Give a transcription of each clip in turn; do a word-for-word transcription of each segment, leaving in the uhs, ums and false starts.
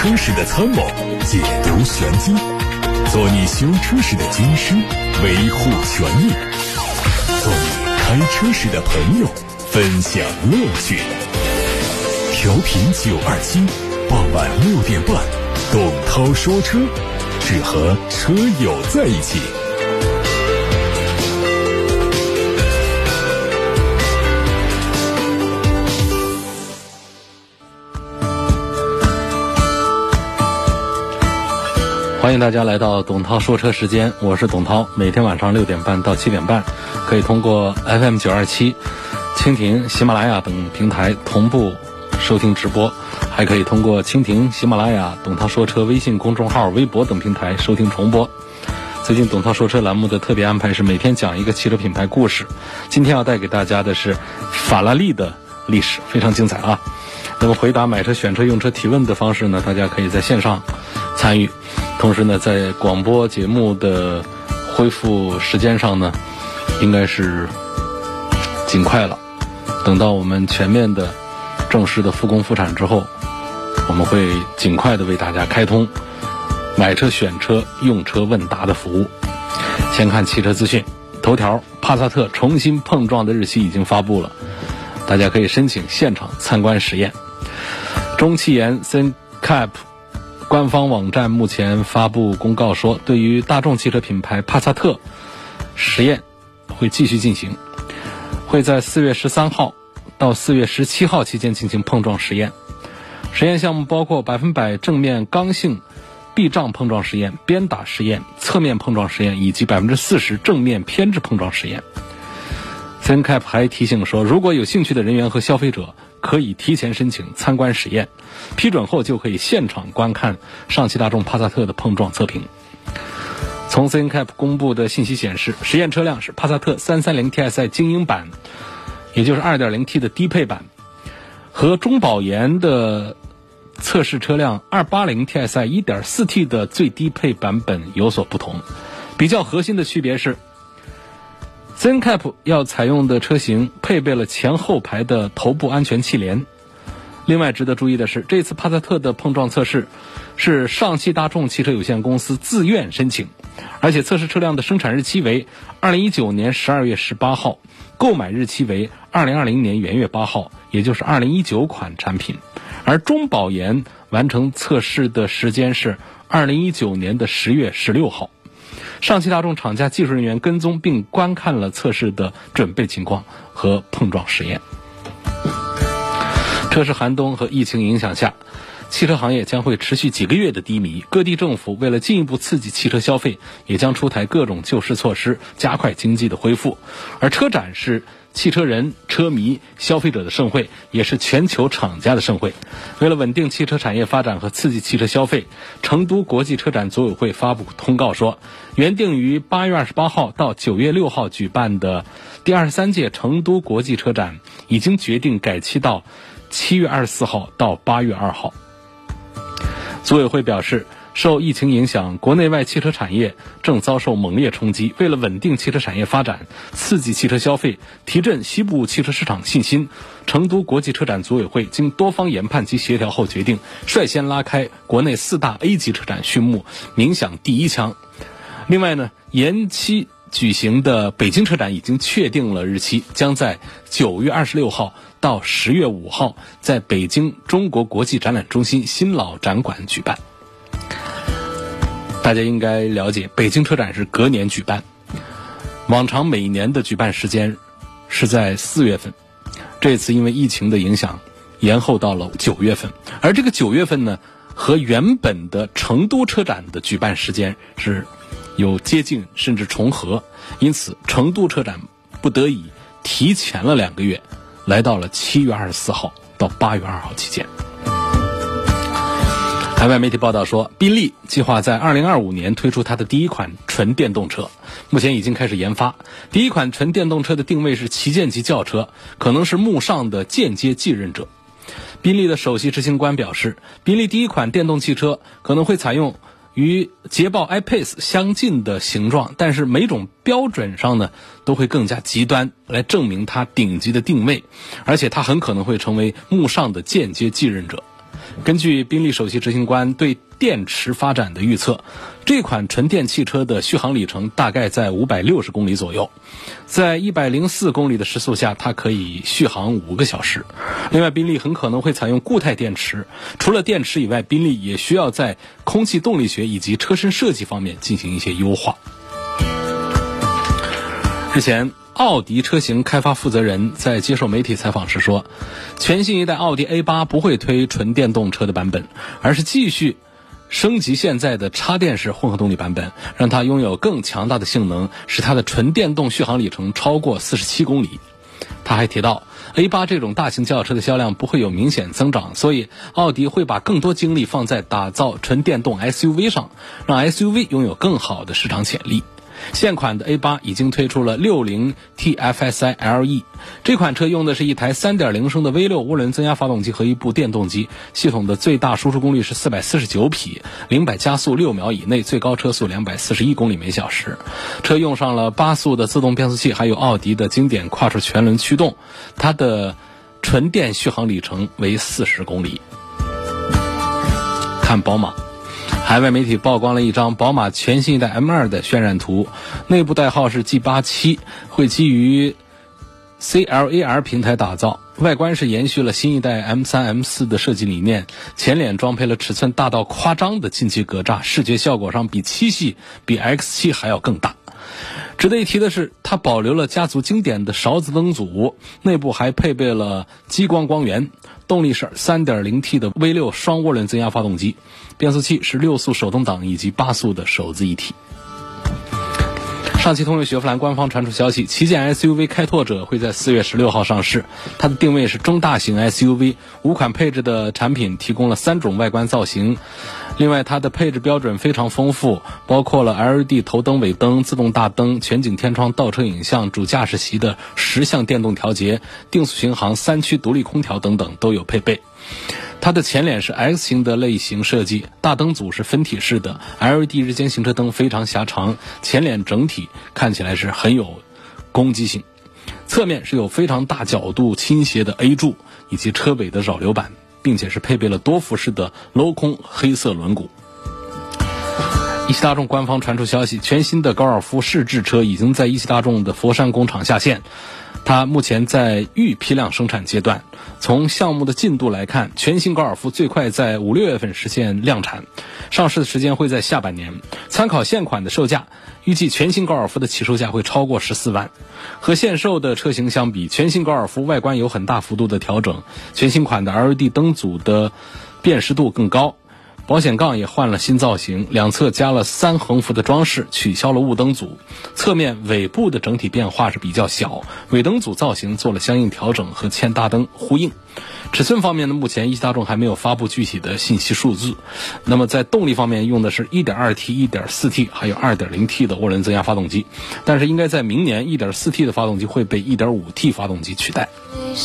车时的参谋，解读玄机，做你修车时的军师，维护权益，做你开车时的朋友，分享乐趣。调频九二七，傍晚六点半，董涛说车，只和车友在一起。 欢迎大家来到董涛说车时间，我是董涛，每天晚上六点半到七点半，可以通过 F M 九二七、蜻蜓、喜马拉雅等平台同步收听直播，还可以通过蜻蜓、喜马拉雅、董涛说车微信公众号、微博等平台收听重播。最近董涛说车栏目的特别安排是每天讲一个汽车品牌故事，今天要带给大家的是法拉利的历史，非常精彩啊。那么回答买车、选车、用车提问的方式呢，大家可以在线上参与，同时呢，在广播节目的恢复时间上呢，应该是尽快了。等到我们全面的正式的复工复产之后，我们会尽快的为大家开通买车、选车、用车问答的服务。先看汽车资讯头条，帕萨特重新碰撞的日期已经发布了，大家可以申请现场参观实验。中汽研 C N C A P 官方网站目前发布公告说，对于大众汽车品牌帕萨特实验会继续进行，会在四月十三号到四月十七号期间进行碰撞实验。实验项目包括百分百正面刚性避障碰撞实验、鞭打实验、侧面碰撞实验以及百分之四十正面偏置碰撞实验。C N C A P 还提醒说，如果有兴趣的人员和消费者可以提前申请参观实验，批准后就可以现场观看上汽大众帕萨特的碰撞测评。从 C N C A P 公布的信息显示，实验车辆是帕萨特三三零 T S I 精英版，也就是 二点零 T 的低配版，和中保研的测试车辆二八零 T S I 一点四 T 的最低配版本有所不同。比较核心的区别是， C N C A P 要采用的车型配备了前后排的头部安全气帘。另外值得注意的是，这次帕萨特的碰撞测试是上汽大众汽车有限公司自愿申请，而且测试车辆的生产日期为二零一九年十二月十八号，购买日期为二零二零年元月八号，也就是二零一九款产品。而中保研完成测试的时间是二零一九年的十月十六号。上汽大众厂家技术人员跟踪并观看了测试的准备情况和碰撞实验。车市寒冬和疫情影响下，汽车行业将会持续几个月的低迷，各地政府为了进一步刺激汽车消费，也将出台各种救市措施，加快经济的恢复。而车展是汽车人、车迷、消费者的盛会，也是全球厂家的盛会。为了稳定汽车产业发展和刺激汽车消费，成都国际车展组委会发布通告说，原定于八月二十八号到九月六号举办的第二十三届成都国际车展已经决定改期到七月二十四号到八月二号。组委会表示，受疫情影响，国内外汽车产业正遭受猛烈冲击。为了稳定汽车产业发展，刺激汽车消费，提振西部汽车市场信心，成都国际车展组委会经多方研判及协调后决定，率先拉开国内四大 A 级车展序幕，鸣响第一枪。另外呢，延期举行的北京车展已经确定了日期，将在九月二十六号到十月五号在北京中国国际展览中心新老展馆举办。大家应该了解，北京车展是隔年举办，往常每年的举办时间是在四月份，这次因为疫情的影响延后到了九月份。而这个九月份呢，和原本的成都车展的举办时间是有接近甚至重合，因此成都车展不得已提前了两个月，来到了七月二十四号到八月二号期间。海外媒体报道说，宾利计划在二零二五年推出它的第一款纯电动车，目前已经开始研发。第一款纯电动车的定位是旗舰级轿车，可能是慕尚的间接继任者。宾利的首席执行官表示，宾利第一款电动汽车可能会采用与捷豹 I-Pace 相近的形状，但是每种标准上呢都会更加极端，来证明它顶级的定位，而且它很可能会成为慕尚的间接继任者。 根据宾利首席执行官对电池发展的预测，这款纯电汽车的续航里程大概在五百六十公里左右，在一百零四公里的时速下，它可以续航五个小时。另外，宾利很可能会采用固态电池，除了电池以外，宾利也需要在空气动力学以及车身设计方面进行一些优化。之前奥迪车型开发负责人在接受媒体采访时说，全新一代奥迪 A 八 不会推纯电动车的版本，而是继续升级现在的插电式混合动力版本，让它拥有更强大的性能，使它的纯电动续航里程超过四十七公里。他还提到 A 八 这种大型轿车的销量不会有明显增长，所以奥迪会把更多精力放在打造纯电动 S U V 上，让 S U V 拥有更好的市场潜力。现款的 A 八 已经推出了 六十 T F S I L E， 这款车用的是一台 三点零 升的 V 六 涡轮增压发动机和一部电动机，系统的最大输出功率是四百四十九匹，零百加速六秒以内，最高车速两百四十一公里每小时。车用上了八速的自动变速器，还有奥迪的经典跨速全轮驱动，它的纯电续航里程为四十公里。看宝马，海外媒体曝光了一张宝马全新一代 M 二 的渲染图，内部代号是 G 八十七， 会基于 C L A R 平台打造，外观是延续了新一代 M 三 M 四 的设计理念，前脸装配了尺寸大到夸张的进气格栅，视觉效果上比七系比 X 七 还要更大。值得一提的是，它保留了家族经典的勺子灯组，内部还配备了激光光源，动力是 三点零 T 的 V 六 双涡轮增压发动机，变速器是六速手动挡以及八速的手自一体。上汽通用雪佛兰官方传出消息，旗舰 S U V 开拓者会在四月十六号上市，它的定位是中大型 S U V， 五款配置的产品提供了三种外观造型。另外，它的配置标准非常丰富，包括了 L E D 头灯、尾灯、自动大灯、全景天窗、倒车影像、主驾驶席的十项电动调节、定速巡航、三区独立空调等等都有配备。它的前脸是 X 型的类型设计，大灯组是分体式的， L E D 日间行车灯非常狭长，前脸整体看起来是很有攻击性。侧面是有非常大角度倾斜的 A 柱以及车尾的扰流板，并且是配备了多辐式的镂空黑色轮毂。一汽大众官方传出消息，全新的高尔夫试制车已经在一汽大众的佛山工厂下线，它目前在预批量生产阶段。从项目的进度来看，全新高尔夫最快在五六月份实现量产，上市的时间会在下半年。参考现款的售价，预计全新高尔夫的起售价会超过十四万。和现售的车型相比，全新高尔夫外观有很大幅度的调整，全新款的 L E D 灯组的辨识度更高，保险杠也换了新造型，两侧加了三横幅的装饰，取消了雾灯组。侧面尾部的整体变化是比较小，尾灯组造型做了相应调整，和前大灯呼应。尺寸方面呢，目前一汽大众还没有发布具体的信息数字。那么在动力方面用的是 一点二 T、一点四 T 还有 二点零 T 的涡轮增压发动机，但是应该在明年 一点四 T 的发动机会被 一点五 T 发动机取代。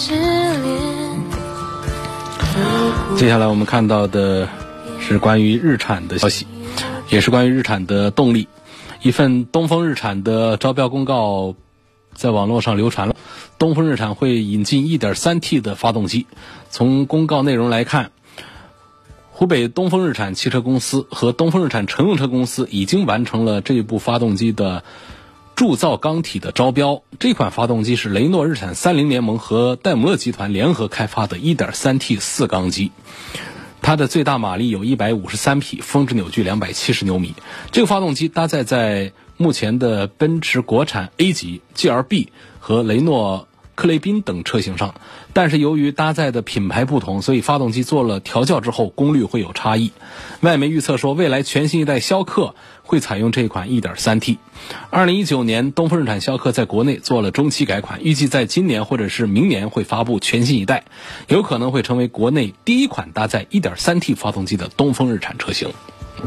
接下来我们看到的是关于日产的消息，也是关于日产的动力。一份东风日产的招标公告在网络上流传了，东风日产会引进 一点三 T 的发动机。从公告内容来看，湖北东风日产汽车公司和东风日产乘用车公司已经完成了这一部发动机的铸造钢体的招标。这款发动机是雷诺日产三菱联盟和戴姆勒集团联合开发的 一点三 T 四缸机，它的最大马力有一百五十三匹，峰值扭矩两百七十牛米。这个发动机搭载在目前的奔驰国产 A 级、G L B 和雷诺克雷宾等车型上，但是由于搭载的品牌不同，所以发动机做了调教之后功率会有差异。外媒预测说，未来全新一代逍客会采用这款 一点三 T。 二零一九年东风日产逍客在国内做了中期改款，预计在今年或者是明年会发布全新一代，有可能会成为国内第一款搭载 一点三 T 发动机的东风日产车型。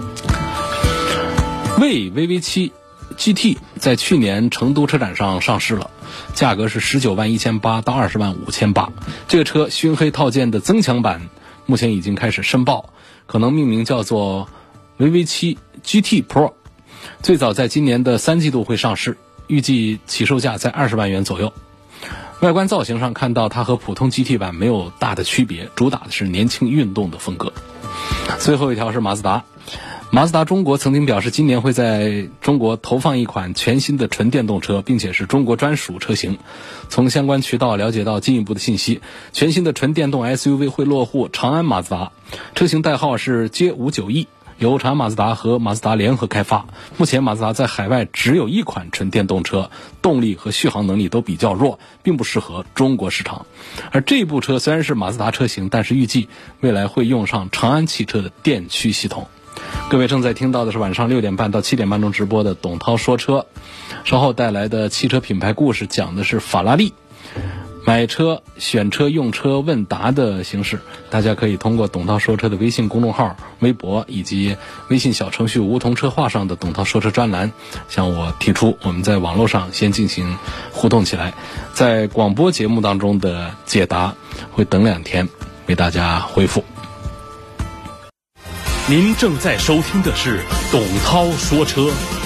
魏 V V 七G T 在去年成都车展上上市了，价格是十九万一千八到二十万五千八。这个车熏黑套件的增强版目前已经开始申报，可能命名叫做 V V 七 G T Pro， 最早在今年的三季度会上市，预计起售价在二十万元左右。 外观造型上看到它和普通 G T 版没有大的区别，主打的是年轻运动的风格。最后一条是马自达，马自达中国曾经表示今年会在中国投放一款全新的纯电动车，并且是中国专属车型。从相关渠道了解到进一步的信息，全新的纯电动 S U V 会落户长安马自达，车型代号是 J 五九 E， 由长安马自达和马自达联合开发。目前马自达在海外只有一款纯电动车，动力和续航能力都比较弱，并不适合中国市场。而这部车虽然是马自达车型，但是预计未来会用上长安汽车的电驱系统。各位正在听到的是晚上六点半到七点半钟直播的董涛说车，稍后带来的汽车品牌故事讲的是法拉利买车、选车、用车问答的形式。大家可以通过董涛说车的微信公众号、微博以及微信小程序梧桐车话上的董涛说车专栏向我提出，我们在网络上先进行互动起来。在广播节目当中的解答会等两天为大家回复。 您正在收听的是董涛说车。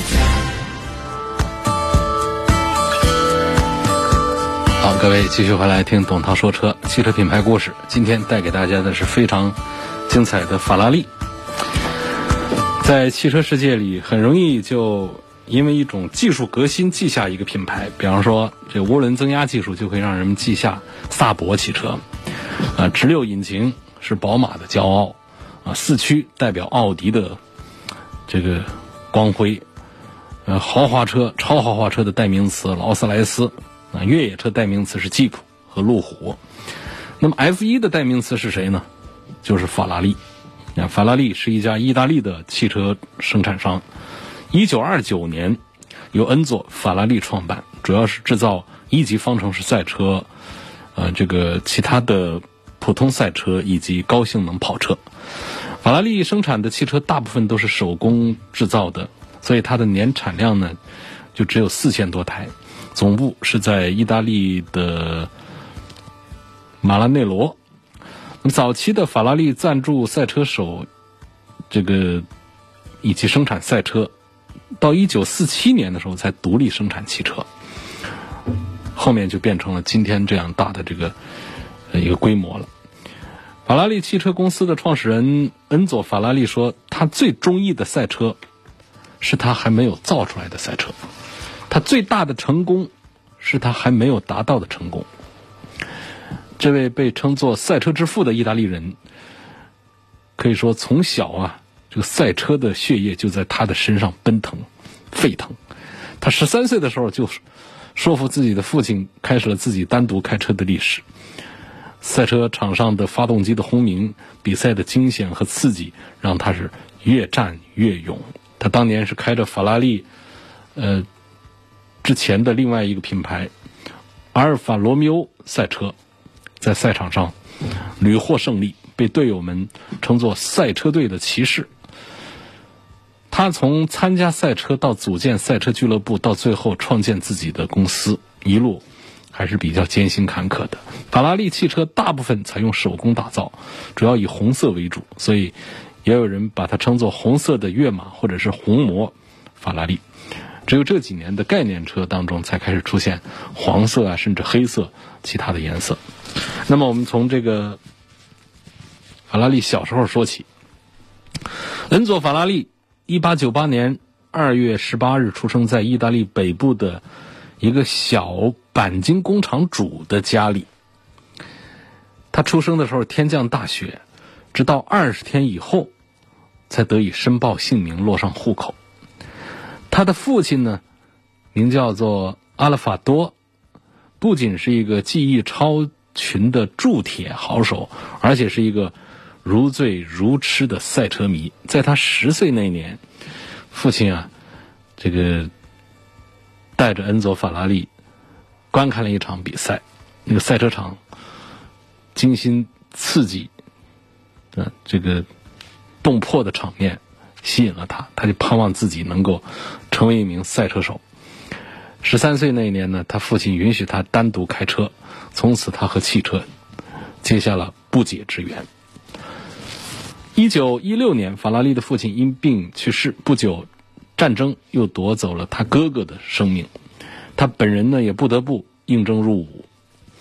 好，各位继续回来听董涛说车汽车品牌故事。今天带给大家的是非常精彩的法拉利。在汽车世界里，很容易就因为一种技术革新记下一个品牌，比方说这涡轮增压技术就会让人们记下萨博汽车，啊，直六引擎是宝马的骄傲，啊，四驱代表奥迪的这个光辉，呃，豪华车、超豪华车的代名词劳斯莱斯，啊，越野车代名词是吉普和路虎。那么 F 一 的代名词是谁呢？就是法拉利。啊，法拉利是一家意大利的汽车生产商，一九二九年由恩佐·法拉利创办，主要是制造一级方程式赛车，呃，这个其他的普通赛车以及高性能跑车。法拉利生产的汽车大部分都是手工制造的，所以它的年产量呢就只有四千多台。总部是在意大利的马拉内罗。那么早期的法拉利赞助赛车手，这个以及生产赛车，到一九四七年的时候才独立生产汽车，后面就变成了今天这样大的这个一个规模了。法拉利汽车公司的创始人恩佐·法拉利说，他最中意的赛车是他还没有造出来的赛车，他最大的成功是他还没有达到的成功。这位被称作赛车之父的意大利人，可以说从小啊，这个赛车的血液就在他的身上奔腾沸腾。他十三岁的时候就说服自己的父亲开始了自己单独开车的历史。赛车场上的发动机的轰鸣，比赛的惊险和刺激，让他是越战越勇。他当年是开着法拉利呃之前的另外一个品牌阿尔法罗密欧赛车，在赛场上屡获胜利，被队友们称作赛车队的骑士。他从参加赛车到组建赛车俱乐部，到最后创建自己的公司，一路还是比较艰辛坎坷的。法拉利汽车大部分采用手工打造，主要以红色为主，所以也有人把它称作红色的跃马或者是红魔法拉利。只有这几年的概念车当中才开始出现黄色啊，甚至黑色其他的颜色。那么我们从这个法拉利小时候说起。恩佐·法拉利一八九八年二月十八日出生在意大利北部的一个小钣金工厂主的家里。他出生的时候天降大雪，直到二十天以后才得以申报姓名，落上户口。他的父亲呢，名叫做阿拉法多，不仅是一个技艺超群的铸铁好手，而且是一个如醉如痴的赛车迷。在他十岁那年，父亲啊，这个带着恩佐·法拉利观看了一场比赛，那个赛车场惊心刺激的这个动魄的场面吸引了他，他就盼望自己能够成为一名赛车手。十三岁那一年呢，他父亲允许他单独开车，从此他和汽车结下了不解之缘。一九一六年，法拉利的父亲因病去世，不久战争又夺走了他哥哥的生命，他本人呢也不得不应征入伍。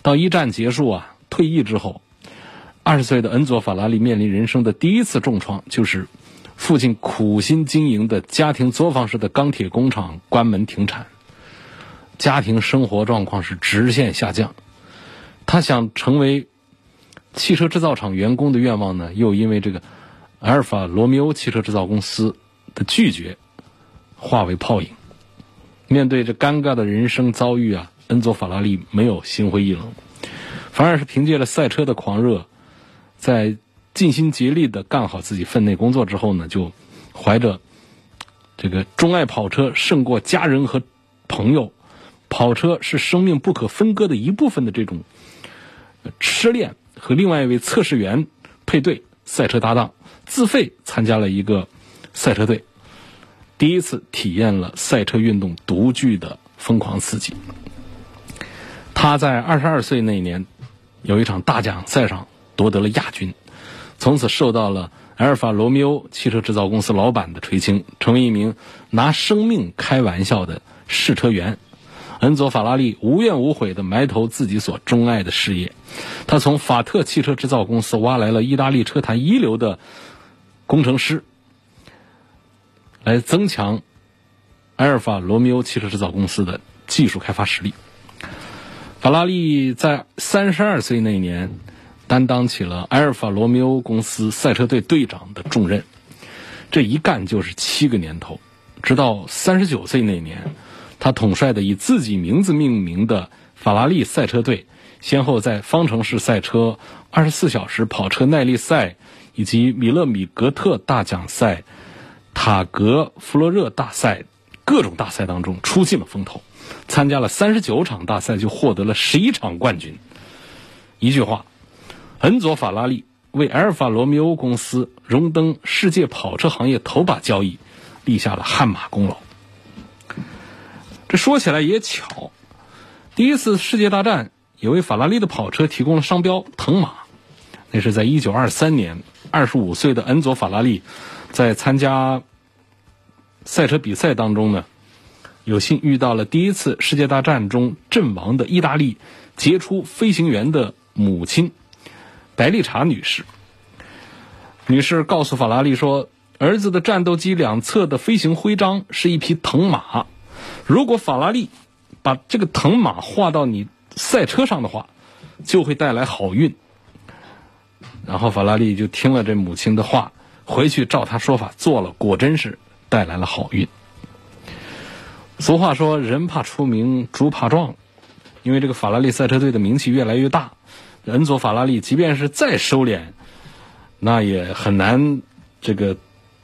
到一战结束啊，退役之后，二十岁的恩佐·法拉利面临人生的第一次重创，就是父亲苦心经营的家庭作坊式的钢铁工厂关门停产，家庭生活状况是直线下降。他想成为汽车制造厂员工的愿望呢，又因为这个阿尔法罗密欧汽车制造公司的拒绝化为泡影。面对这尴尬的人生遭遇啊，恩佐·法拉利没有心灰意冷，反而是凭借着赛车的狂热，在尽心竭力地干好自己分内工作之后呢，就怀着这个钟爱跑车胜过家人和朋友，跑车是生命不可分割的一部分的这种痴恋，和另外一位测试员配对赛车搭档，自费参加了一个赛车队，第一次体验了赛车运动独具的疯狂刺激。他在二十二岁那年有一场大奖赛上夺得了亚军，从此受到了阿尔法罗密欧汽车制造公司老板的垂青，成为一名拿生命开玩笑的试车员。恩佐·法拉利无怨无悔地埋头自己所钟爱的事业，他从法特汽车制造公司挖来了意大利车坛一流的工程师，来增强阿尔法罗密欧汽车制造公司的技术开发实力。法拉利在三十二岁那年担当起了阿尔法罗密欧公司赛车队队长的重任，这一干就是七个年头，直到三十九岁那年，他统帅的以自己名字命名的法拉利赛车队，先后在方程式赛车、二十四小时跑车耐力赛以及米勒米格特大奖赛、塔格弗洛热大赛各种大赛当中出尽了风头，参加了三十九场大赛，就获得了十一场冠军。一句话，恩佐·法拉利为阿尔法罗密欧公司荣登世界跑车行业头把交椅立下了汗马功劳。这说起来也巧，第一次世界大战也为法拉利的跑车提供了商标藤马，那是在一九二三年，二十五岁的恩佐·法拉利在参加赛车比赛当中呢，有幸遇到了第一次世界大战中阵亡的意大利杰出飞行员的母亲白丽查女士。女士告诉法拉利说，儿子的战斗机两侧的飞行徽章是一匹藤马，如果法拉利把这个藤马画到你赛车上的话，就会带来好运。然后法拉利就听了这母亲的话，回去照他说法做了，果真是带来了好运。俗话说，人怕出名猪怕壮，因为这个法拉利赛车队的名气越来越大，恩佐·法拉利即便是再收敛，那也很难这个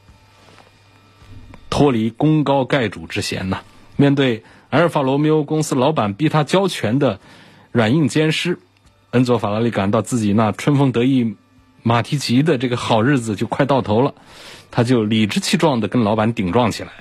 脱离功高盖主之嫌呐。面对阿尔法罗密欧公司老板逼他交权的软硬兼施，恩佐·法拉利感到自己那春风得意马蹄疾的这个好日子就快到头了，他就理直气壮地跟老板顶撞起来。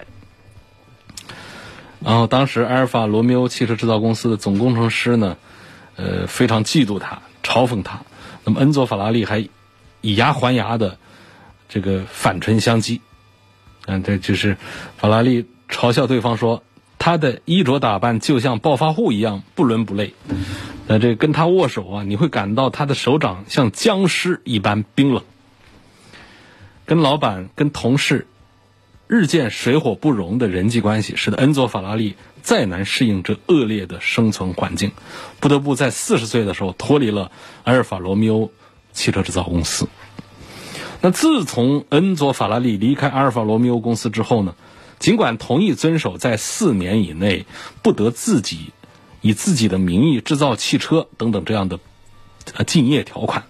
然后当时阿尔法罗密欧汽车制造公司的总工程师呢，呃，非常嫉妒他，嘲讽他。那么恩佐·法拉利还以牙还牙的这个反唇相讥。嗯，这就是法拉利嘲笑对方说，他的衣着打扮就像暴发户一样不伦不类。那这跟他握手啊，你会感到他的手掌像僵尸一般冰冷。跟老板、跟同事日渐水火不容的人际关系，使得恩佐·法拉利再难适应这恶劣的生存环境，不得不在四十岁的时候脱离了阿尔法罗密欧汽车制造公司。那自从恩佐·法拉利离开阿尔法罗密欧公司之后呢，尽管同意遵守在四年以内不得自己以自己的名义制造汽车等等这样的呃禁业条款，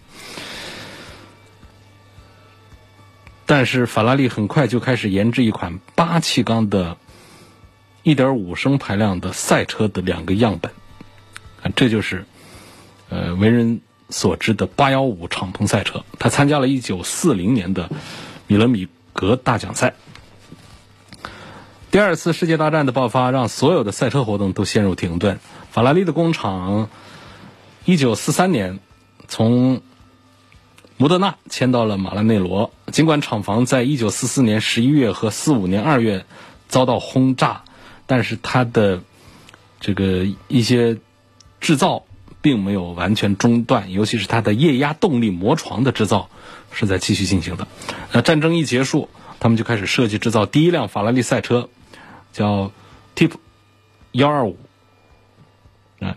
但是法拉利很快就开始研制一款八气缸的 一点五 升排量的赛车的两个样本，这就是呃为人所知的八一五敞篷赛车。他参加了一九四零年的米勒米格大奖赛。第二次世界大战的爆发让所有的赛车活动都陷入停顿。法拉利的工厂一九四三年从摩德纳迁到了马拉内罗，尽管厂房在一九四四年十一月和四五年二月遭到轰炸，但是它的这个一些制造并没有完全中断，尤其是它的液压动力磨床的制造是在继续进行的。那战争一结束，他们就开始设计制造第一辆法拉利赛车，叫 Type 一二五。啊，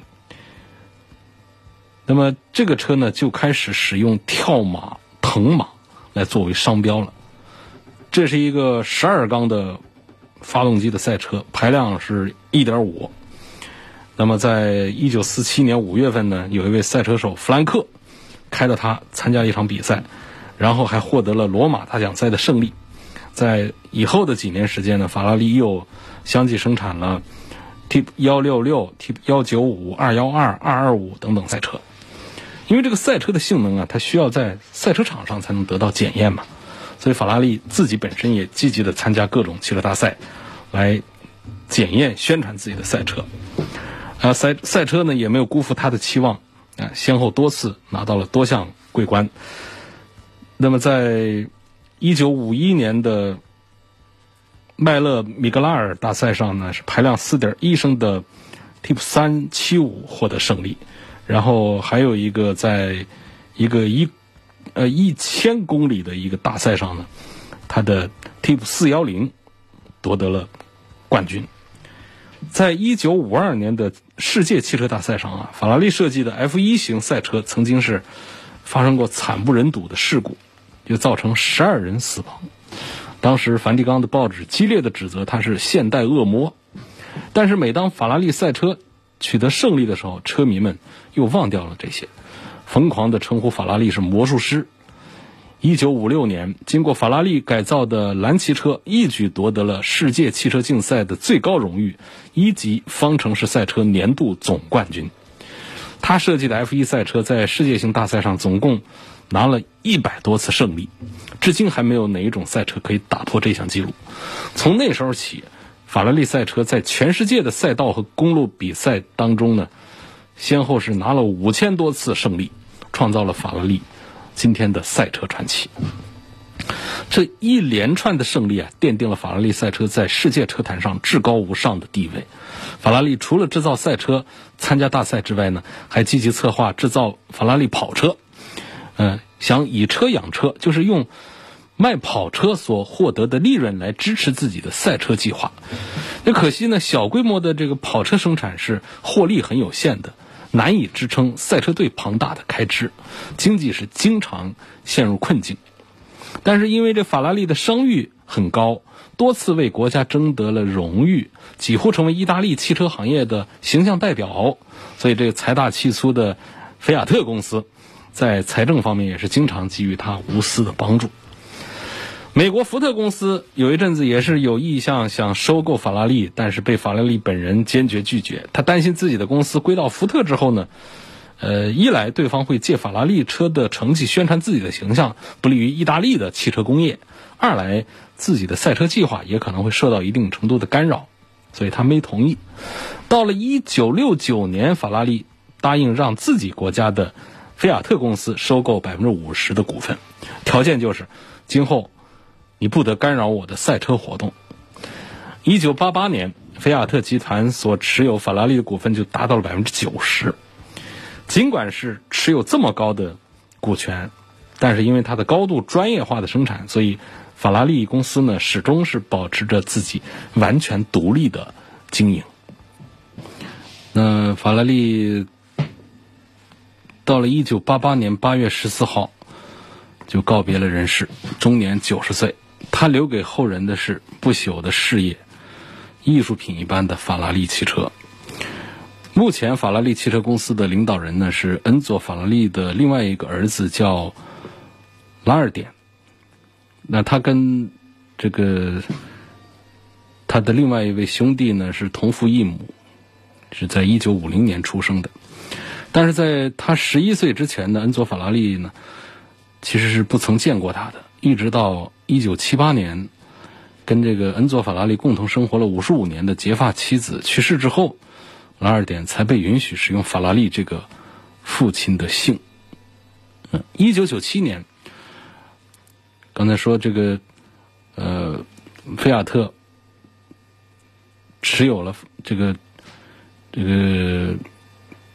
那么这个车呢，就开始使用跳马、藤马来作为商标了。这是一个十二缸的发动机的赛车，排量是 一点五。那么在一九四七年五月份呢，有一位赛车手弗兰克开了它参加一场比赛，然后还获得了罗马大奖赛的胜利。在以后的几年时间呢，法拉利又相继生产了 Type 一六六、Type 一九五、二一二、二二五等等赛车。因为这个赛车的性能啊，它需要在赛车场上才能得到检验嘛，所以法拉利自己本身也积极的参加各种汽车大赛，来检验宣传自己的赛车。啊，赛赛车呢也没有辜负他的期望啊，先后多次拿到了多项桂冠。那么在一九五一年的麦勒米格拉尔大赛上呢，是排量 四点一 升的 Type 三七五获得胜利。然后还有一个在一个一呃一千公里的一个大赛上呢，它的 Type 四一零夺得了冠军。在一九五二年的世界汽车大赛上啊，法拉利设计的 F 一 型赛车曾经是发生过惨不忍睹的事故，就造成十二人死亡。当时梵蒂冈的报纸激烈的指责它是现代恶魔。但是每当法拉利赛车取得胜利的时候，车迷们又忘掉了这些，疯狂地称呼法拉利是魔术师。一九五六年，经过法拉利改造的蓝旗车一举夺得了世界汽车竞赛的最高荣誉一级方程式赛车年度总冠军。他设计的 F 一 赛车在世界性大赛上总共拿了一百多次胜利，至今还没有哪一种赛车可以打破这项纪录。从那时候起，法拉利赛车在全世界的赛道和公路比赛当中呢，先后是拿了五千多次胜利，创造了法拉利今天的赛车传奇。这一连串的胜利啊，奠定了法拉利赛车在世界车坛上至高无上的地位。法拉利除了制造赛车、参加大赛之外呢，还积极策划制造法拉利跑车，嗯、呃，想以车养车，就是用卖跑车所获得的利润来支持自己的赛车计划。那可惜呢，小规模的这个跑车生产是获利很有限的，难以支撑赛车队庞大的开支，经济是经常陷入困境。但是因为这法拉利的声誉很高，多次为国家争得了荣誉，几乎成为意大利汽车行业的形象代表，所以这个财大气粗的菲亚特公司在财政方面也是经常给予他无私的帮助。美国福特公司有一阵子也是有意向想收购法拉利，但是被法拉利本人坚决拒绝。他担心自己的公司归到福特之后呢，呃，一来对方会借法拉利车的成绩宣传自己的形象，不利于意大利的汽车工业；二来自己的赛车计划也可能会受到一定程度的干扰，所以他没同意。到了一九六九年，法拉利答应让自己国家的菲亚特公司收购 百分之五十 的股份，条件就是今后你不得干扰我的赛车活动。一九八八年，菲亚特集团所持有法拉利的股份就达到了 百分之九十。尽管是持有这么高的股权，但是因为它的高度专业化的生产，所以法拉利公司呢始终是保持着自己完全独立的经营。那法拉利到了一九八八年八月十四号就告别了人世，终年九十岁。他留给后人的是不朽的事业，艺术品一般的法拉利汽车。目前法拉利汽车公司的领导人呢是恩佐法拉利的另外一个儿子叫拉尔典。那他跟这个他的另外一位兄弟呢是同父异母，是在一九五零年出生的。但是在他十一岁之前呢，恩佐法拉利呢其实是不曾见过他的，一直到一九七八年跟这个恩佐法拉利共同生活了五十五年的结发妻子去世之后，拉尔典才被允许使用法拉利这个父亲的姓。嗯，一九九七年，刚才说这个呃菲亚特持有了这个这个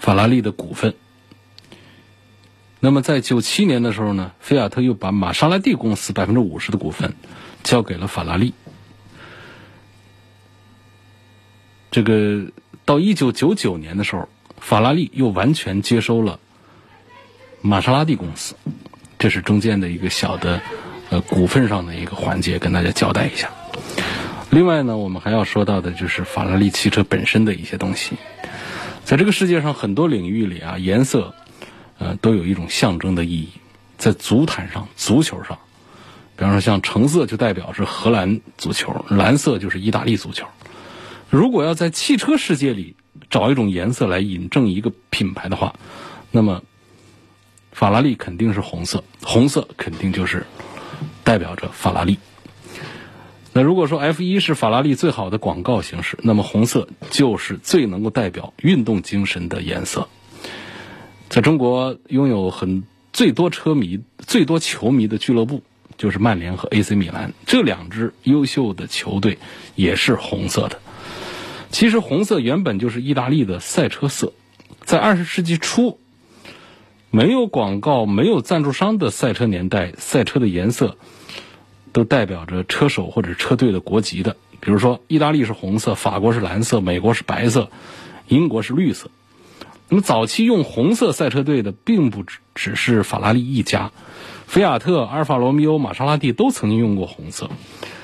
法拉利的股份。那么在九七年的时候呢，菲亚特又把玛莎拉蒂公司百分之五十的股份交给了法拉利。这个到一九九九年的时候，法拉利又完全接收了玛莎拉蒂公司，这是中间的一个小的呃股份上的一个环节，跟大家交代一下。另外呢，我们还要说到的就是法拉利汽车本身的一些东西。在这个世界上很多领域里啊，颜色呃都有一种象征的意义。在足坛上，足球上，比方说像橙色就代表是荷兰足球，蓝色就是意大利足球。如果要在汽车世界里找一种颜色来引证一个品牌的话，那么法拉利肯定是红色，红色肯定就是代表着法拉利。那如果说 F 一 是法拉利最好的广告形式，那么红色就是最能够代表运动精神的颜色。在中国拥有很最多车迷、最多球迷的俱乐部就是曼联和 A C 米兰，这两支优秀的球队也是红色的。其实红色原本就是意大利的赛车色，在二十世纪初没有广告、没有赞助商的赛车年代，赛车的颜色都代表着车手或者车队的国籍的。比如说意大利是红色，法国是蓝色，美国是白色，英国是绿色。那么早期用红色赛车队的并不只只是法拉利一家，菲亚特、阿尔法罗密欧、玛莎拉蒂都曾经用过红色。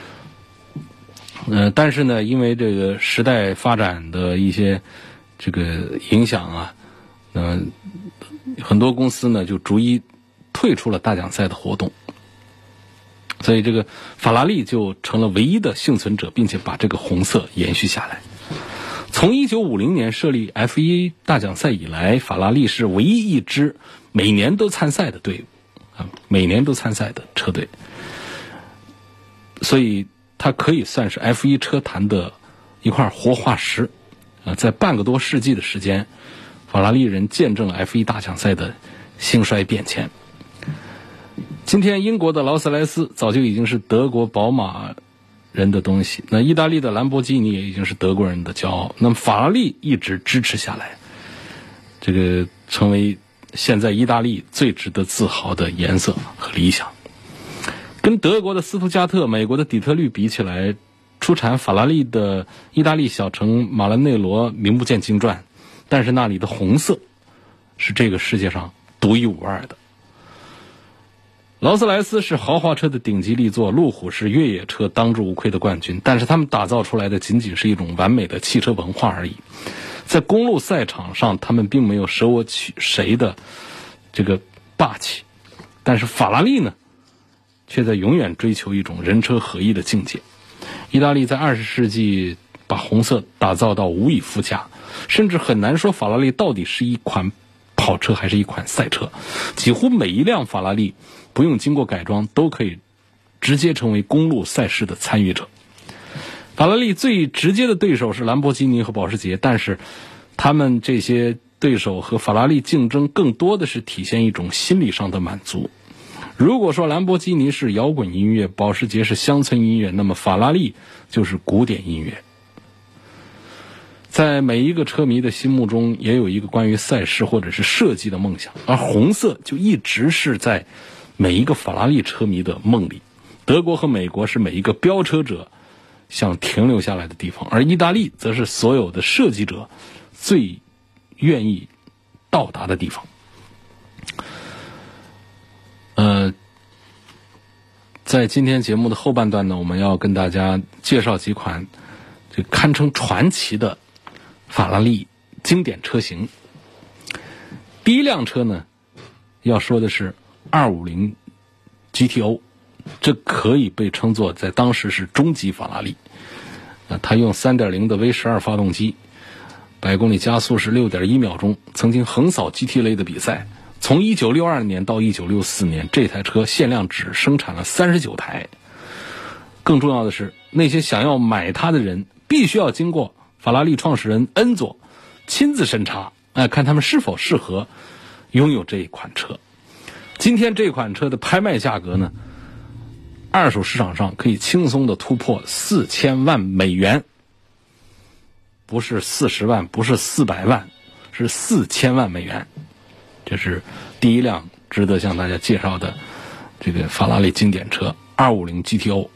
呃，但是呢，因为这个时代发展的一些这个影响啊，呃，很多公司呢就逐一退出了大奖赛的活动，所以这个法拉利就成了唯一的幸存者，并且把这个红色延续下来。从一九五零年设立 F 一 大奖赛以来，法拉利是唯一一支每年都参赛的队伍啊，每年都参赛的车队，所以它可以算是 F 一 车坛的一块活化石啊。在半个多世纪的时间，法拉利人见证了 F 一 大奖赛的兴衰变迁。今天英国的劳斯莱斯早就已经是德国宝马人的东西，那意大利的兰博基尼也已经是德国人的骄傲，那么法拉利一直支持下来，这个成为现在意大利最值得自豪的颜色和理想。跟德国的斯图加特、美国的底特律比起来，出产法拉利的意大利小城马兰内罗名不见经传，但是那里的红色是这个世界上独一无二的。劳斯莱斯是豪华车的顶级力作，路虎是越野车当之无愧的冠军，但是他们打造出来的仅仅是一种完美的汽车文化而已。在公路赛场上，他们并没有舍我取谁的这个霸气，但是法拉利呢，却在永远追求一种人车合一的境界。意大利在二十世纪把红色打造到无以复加，甚至很难说法拉利到底是一款跑车还是一款赛车。几乎每一辆法拉利不用经过改装都可以直接成为公路赛事的参与者。法拉利最直接的对手是兰博基尼和保时捷，但是他们这些对手和法拉利竞争更多的是体现一种心理上的满足。如果说兰博基尼是摇滚音乐，保时捷是乡村音乐，那么法拉利就是古典音乐。在每一个车迷的心目中也有一个关于赛事或者是设计的梦想，而红色就一直是在每一个法拉利车迷的梦里。德国和美国是每一个飙车者想停留下来的地方，而意大利则是所有的设计者最愿意到达的地方。呃，在今天节目的后半段呢，我们要跟大家介绍几款这堪称传奇的法拉利经典车型。第一辆车呢，要说的是二五零 G T O， 这可以被称作在当时是终极法拉利。呃，它用 三点零 的 V 十二 发动机，百公里加速是 六点一秒钟，曾经横扫 G T 类的比赛。从一九六二年到一九六四年，这台车限量只生产了三十九台。更重要的是，那些想要买它的人必须要经过法拉利创始人恩佐亲自审查，哎，看他们是否适合拥有这一款车。今天这款车的拍卖价格呢，二手市场上可以轻松的突破四千万美元，不是四十万，不是四百万， 是四千万美元。这是第一辆值得向大家介绍的这个法拉利经典车二五零 G T O。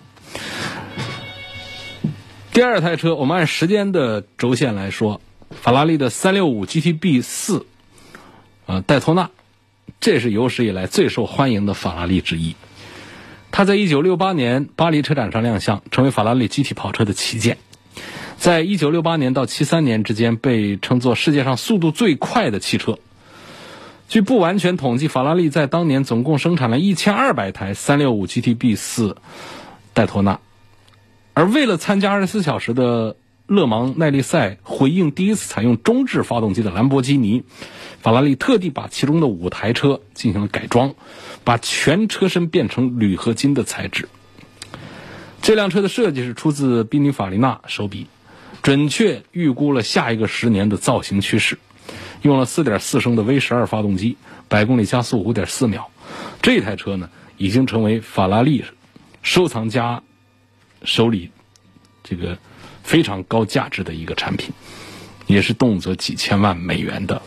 第二台车，我们按时间的轴线来说，法拉利的三六五 G T B 四，呃，戴托纳，这是有史以来最受欢迎的法拉利之一。它在一九六八年巴黎车展上亮相，成为法拉利 G T 跑车的旗舰。在一九六八年到七三年之间，被称作世界上速度最快的汽车。据不完全统计，法拉利在当年总共生产了一千二百台三六五 G T B 四 戴托纳。而为了参加二十四小时的勒芒耐力赛，回应第一次采用中置发动机的兰博基尼，法拉利特地把其中的五台车进行了改装，把全车身变成铝合金的材质。这辆车的设计是出自宾尼法利纳手笔，准确预估了下一个十年的造型趋势，用了 四点四 升的 V 十二 发动机，百公里加速 五点四 秒。这台车呢，已经成为法拉利收藏家手里这个非常高价值的一个产品，也是动辄几千万美元的。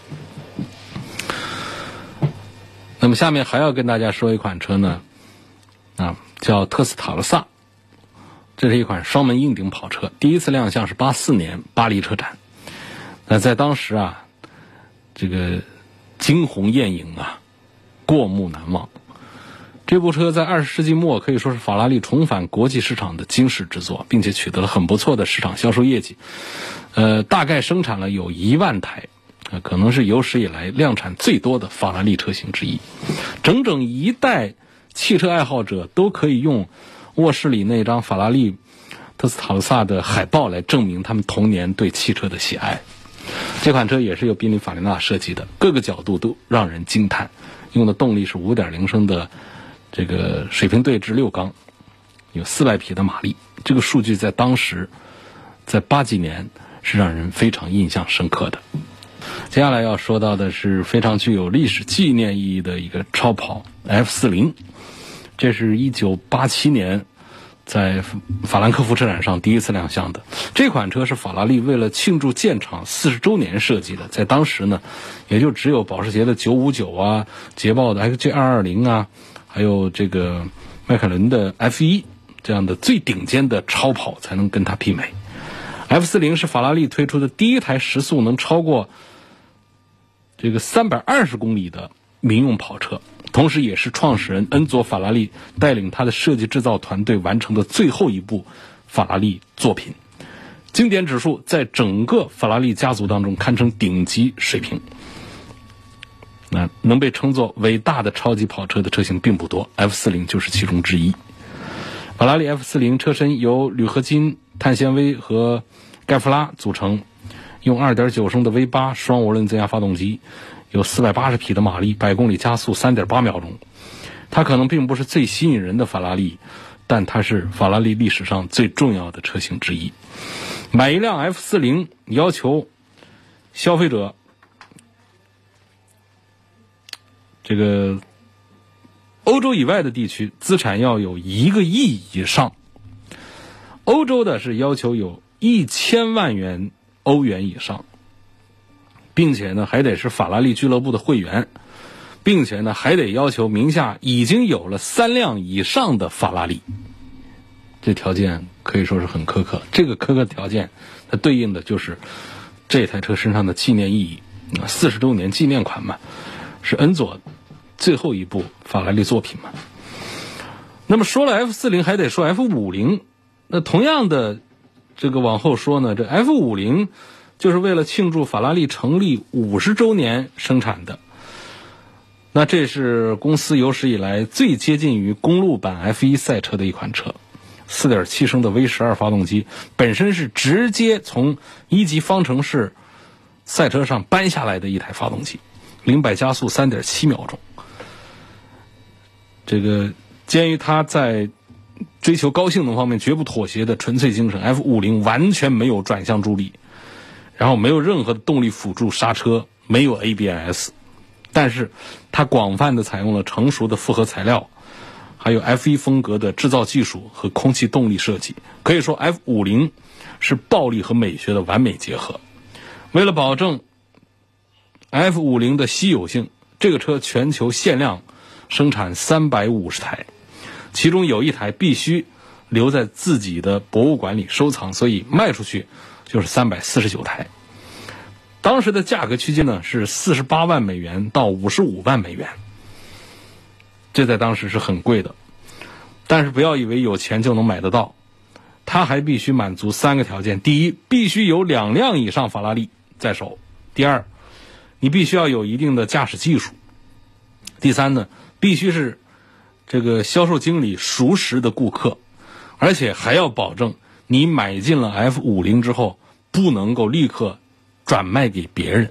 那么下面还要跟大家说一款车呢，啊，叫特斯塔勒萨。这是一款双门硬顶跑车，第一次亮相是八四年巴黎车展。那在当时啊，这个惊鸿艳影啊，过目难忘。这部车在二十世纪末可以说是法拉利重返国际市场的惊世之作，并且取得了很不错的市场销售业绩。呃，大概生产了有一万台，呃，可能是有史以来量产最多的法拉利车型之一。整整一代汽车爱好者都可以用卧室里那张法拉利特斯塔勒萨的海报来证明他们童年对汽车的喜爱。这款车也是由宾尼法利纳设计的，各个角度都让人惊叹。用的动力是 五点零 升的这个水平对置六缸，有四百匹的马力。这个数据在当时，在八几年是让人非常印象深刻的。接下来要说到的是非常具有历史纪念意义的一个超跑 F 四十， 这是一九八七年在法兰克福车展上第一次亮相的。这款车是法拉利为了庆祝建厂四十周年设计的，在当时呢，也就只有保时捷的九五九啊，捷豹的 X J 二二零啊，还有这个迈凯伦的 F 一 这样的最顶尖的超跑才能跟它媲美。F 四十 是法拉利推出的第一台时速能超过这个三百二十公里的民用跑车，同时也是创始人恩佐·法拉利带领他的设计制造团队完成的最后一部法拉利作品。经典指数在整个法拉利家族当中堪称顶级水平。那能被称作伟大的超级跑车的车型并不多， F 四十 就是其中之一。法拉利 F 四十 车身由铝合金、碳纤维和盖弗拉组成，用 二点九 升的 V 八 双涡轮增压发动机，有四百八十匹的马力，百公里加速 三点八 秒钟。它可能并不是最吸引人的法拉利，但它是法拉利历史上最重要的车型之一。买一辆 F 四十 要求消费者这个欧洲以外的地区资产要有一个亿以上，欧洲的是要求有一千万元欧元以上，并且呢还得是法拉利俱乐部的会员，并且呢还得要求名下已经有了三辆以上的法拉利。这条件可以说是很苛刻，这个苛刻条件它对应的就是这台车身上的纪念意义，四十周年纪念款嘛，是恩佐最后一部法拉利作品嘛。那么说了 F 四十 还得说 F 五十， 那同样的这个往后说呢，这 F 五十 就是为了庆祝法拉利成立五十周年生产的。那这是公司有史以来最接近于公路版 F 一 赛车的一款车， 四点七 升的 V 十二 发动机，本身是直接从一级方程式赛车上搬下来的一台发动机，零百加速 三点七 秒钟。这个鉴于它在追求高性能方面绝不妥协的纯粹精神， F 五十 完全没有转向助力，然后没有任何的动力辅助刹车，没有 A B S， 但是它广泛的采用了成熟的复合材料，还有 F 一 风格的制造技术和空气动力设计。可以说 F 五十 是暴力和美学的完美结合。为了保证 F 五十 的稀有性，这个车全球限量生产三百五十台，其中有一台必须留在自己的博物馆里收藏，所以卖出去就是三百四十九台。当时的价格区间呢是四十八万美元到五十五万美元，这在当时是很贵的。但是不要以为有钱就能买得到，它还必须满足三个条件：第一，必须有两辆以上法拉利在手；第二，你必须要有一定的驾驶技术；第三呢，必须是这个销售经理熟识的顾客，而且还要保证你买进了 F 五十 之后不能够立刻转卖给别人。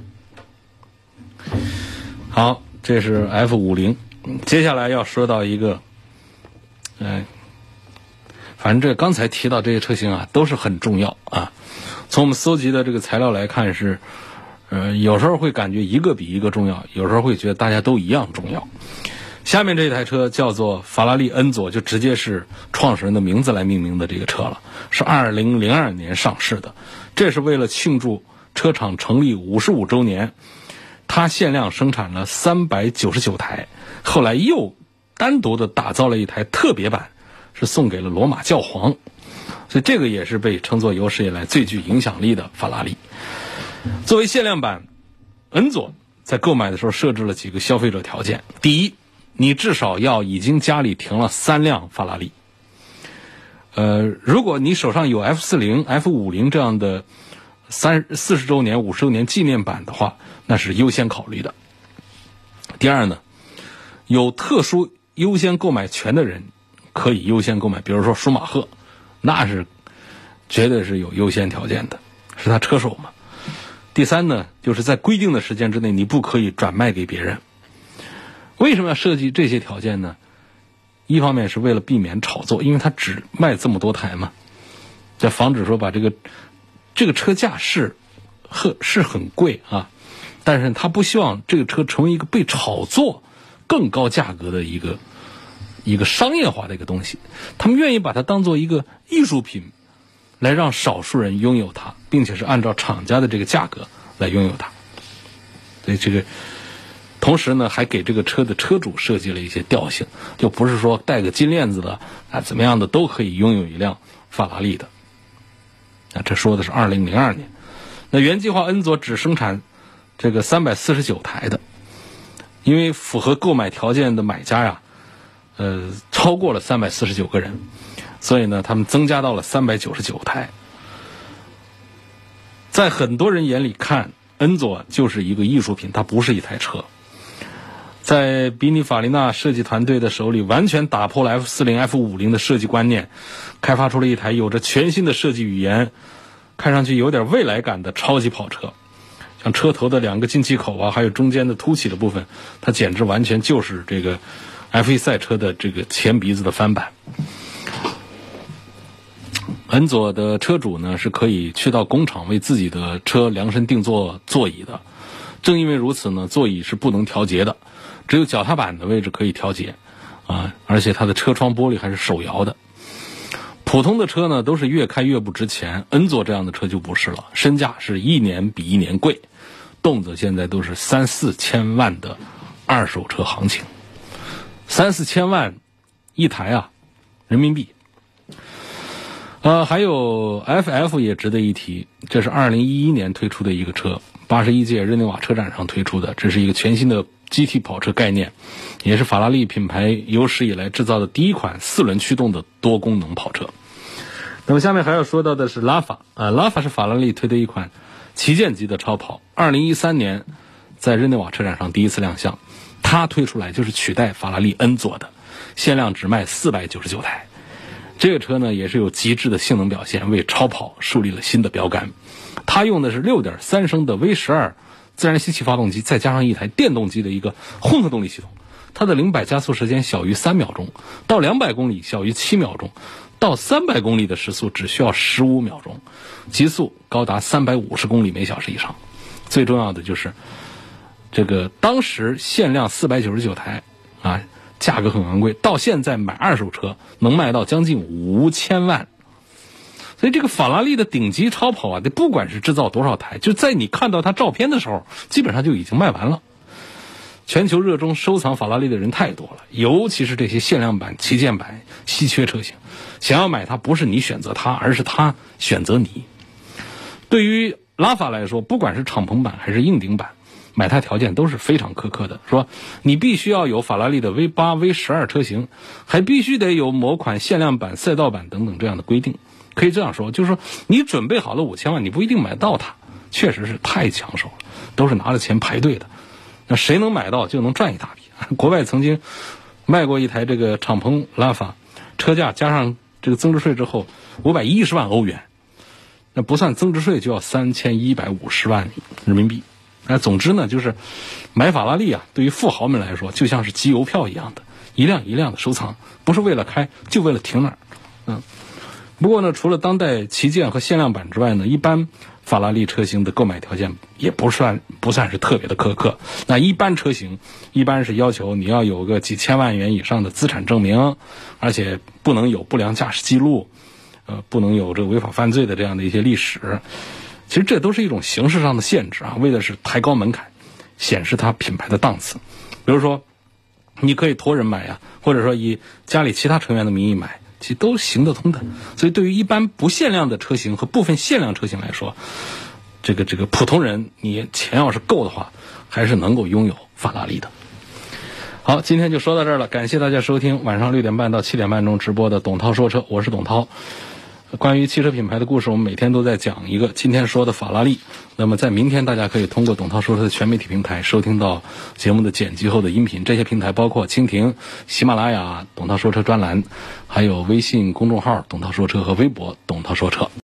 好，这是 F 五十。接下来要说到一个嗯，反正这刚才提到这些车型啊都是很重要啊。从我们搜集的这个材料来看是呃，有时候会感觉一个比一个重要，有时候会觉得大家都一样重要。下面这台车叫做法拉利恩佐，就直接是创始人的名字来命名的这个车了，是二零零二年上市的。这是为了庆祝车厂成立五十五周年，它限量生产了三百九十九台，后来又单独的打造了一台特别版，是送给了罗马教皇，所以这个也是被称作有史以来最具影响力的法拉利。作为限量版，恩佐在购买的时候设置了几个消费者条件：第一，你至少要已经家里停了三辆法拉利。呃，如果你手上有 F 四十、F 五十 这样的三四十周年、五十周年纪念版的话，那是优先考虑的。第二呢，有特殊优先购买权的人可以优先购买，比如说舒马赫，那是绝对是有优先条件的，是他车手嘛。第三呢，就是在规定的时间之内你不可以转卖给别人。为什么要设计这些条件呢？一方面是为了避免炒作，因为它只卖这么多台嘛，在防止说把这个这个车价是很是很贵啊，但是他不希望这个车成为一个被炒作更高价格的一个一个商业化的一个东西，他们愿意把它当做一个艺术品来让少数人拥有它，并且是按照厂家的这个价格来拥有它。所以这个同时呢，还给这个车的车主设计了一些调性，就不是说带个金链子的啊怎么样的都可以拥有一辆法拉利的。啊，这说的是二零零二年。那原计划恩佐只生产这个三百四十九台的，因为符合购买条件的买家呀，呃，超过了三百四十九个人，所以呢，他们增加到了三百九十九台。在很多人眼里看，恩佐就是一个艺术品，它不是一台车。在比尼法利纳设计团队的手里，完全打破了 F 四十、F 五十 的设计观念，开发出了一台有着全新的设计语言，看上去有点未来感的超级跑车。像车头的两个进气口啊，还有中间的凸起的部分，它简直完全就是这个 F 一 赛车的这个前鼻子的翻版。恩佐的车主呢，是可以去到工厂为自己的车量身定做座椅的。正因为如此呢，座椅是不能调节的，只有脚踏板的位置可以调节啊，而且它的车窗玻璃还是手摇的。普通的车呢都是越开越不值钱，恩佐这样的车就不是了，身价是一年比一年贵，动辄现在都是三四千万的二手车行情，三四千万一台啊，人民币。呃，还有 F F 也值得一提，这是二零一一年推出的一个车，八十一届日内瓦车展上推出的，这是一个全新的 G T 跑车概念，也是法拉利品牌有史以来制造的第一款四轮驱动的多功能跑车。那么下面还要说到的是拉法啊，拉法是法拉利推的一款旗舰级的超跑，二零一三年在日内瓦车展上第一次亮相，它推出来就是取代法拉利恩佐的，限量只卖四百九十九台。这个车呢也是有极致的性能表现，为超跑树立了新的标杆。它用的是 六点三 升的 V 十二 自然吸气发动机，再加上一台电动机的一个混合动力系统。它的零百加速时间小于三秒钟，到两百公里小于七秒钟，到三百公里的时速只需要十五秒钟，极速高达三百五十公里每小时以上。最重要的就是这个当时限量四百九十九台啊，价格很昂贵，到现在买二手车能卖到将近五千万。 所以这个法拉利的顶级超跑啊，得不管是制造多少台，就在你看到它照片的时候，基本上就已经卖完了。全球热衷收藏法拉利的人太多了，尤其是这些限量版、旗舰版、稀缺车型，想要买它不是你选择它，而是它选择你。对于拉法来说，不管是敞篷版还是硬顶版，买它条件都是非常苛刻的，说你必须要有法拉利的 V 八、V 十二 车型，还必须得有某款限量版、赛道版等等这样的规定。可以这样说，就是说你准备好了五千万，你不一定买到它，确实是太抢手了，都是拿着钱排队的。那谁能买到就能赚一大笔。国外曾经卖过一台这个敞篷拉法，车价加上这个增值税之后五百一十万欧元，那不算增值税就要三千一百五十万人民币。那总之呢，就是买法拉利啊，对于富豪们来说就像是集邮票一样的，一辆一辆的收藏，不是为了开，就为了停那儿。嗯，不过呢，除了当代旗舰和限量版之外呢，一般法拉利车型的购买条件也不算不算是特别的苛刻。那一般车型一般是要求你要有个几千万元以上的资产证明，而且不能有不良驾驶记录，呃，不能有这个违法犯罪的这样的一些历史。其实这都是一种形式上的限制啊，为的是抬高门槛，显示它品牌的档次。比如说，你可以托人买呀、啊，或者说以家里其他成员的名义买，其实都行得通的。所以对于一般不限量的车型和部分限量车型来说，这个这个普通人你钱要是够的话，还是能够拥有法拉利的。好，今天就说到这儿了，感谢大家收听晚上六点半到七点半钟直播的董涛说车，我是董涛。关于汽车品牌的故事，我们每天都在讲一个，今天说的法拉利。那么在明天大家可以通过董涛说车的全媒体平台收听到节目的剪辑后的音频，这些平台包括蜻蜓、喜马拉雅、董涛说车专栏，还有微信公众号董涛说车和微博董涛说车。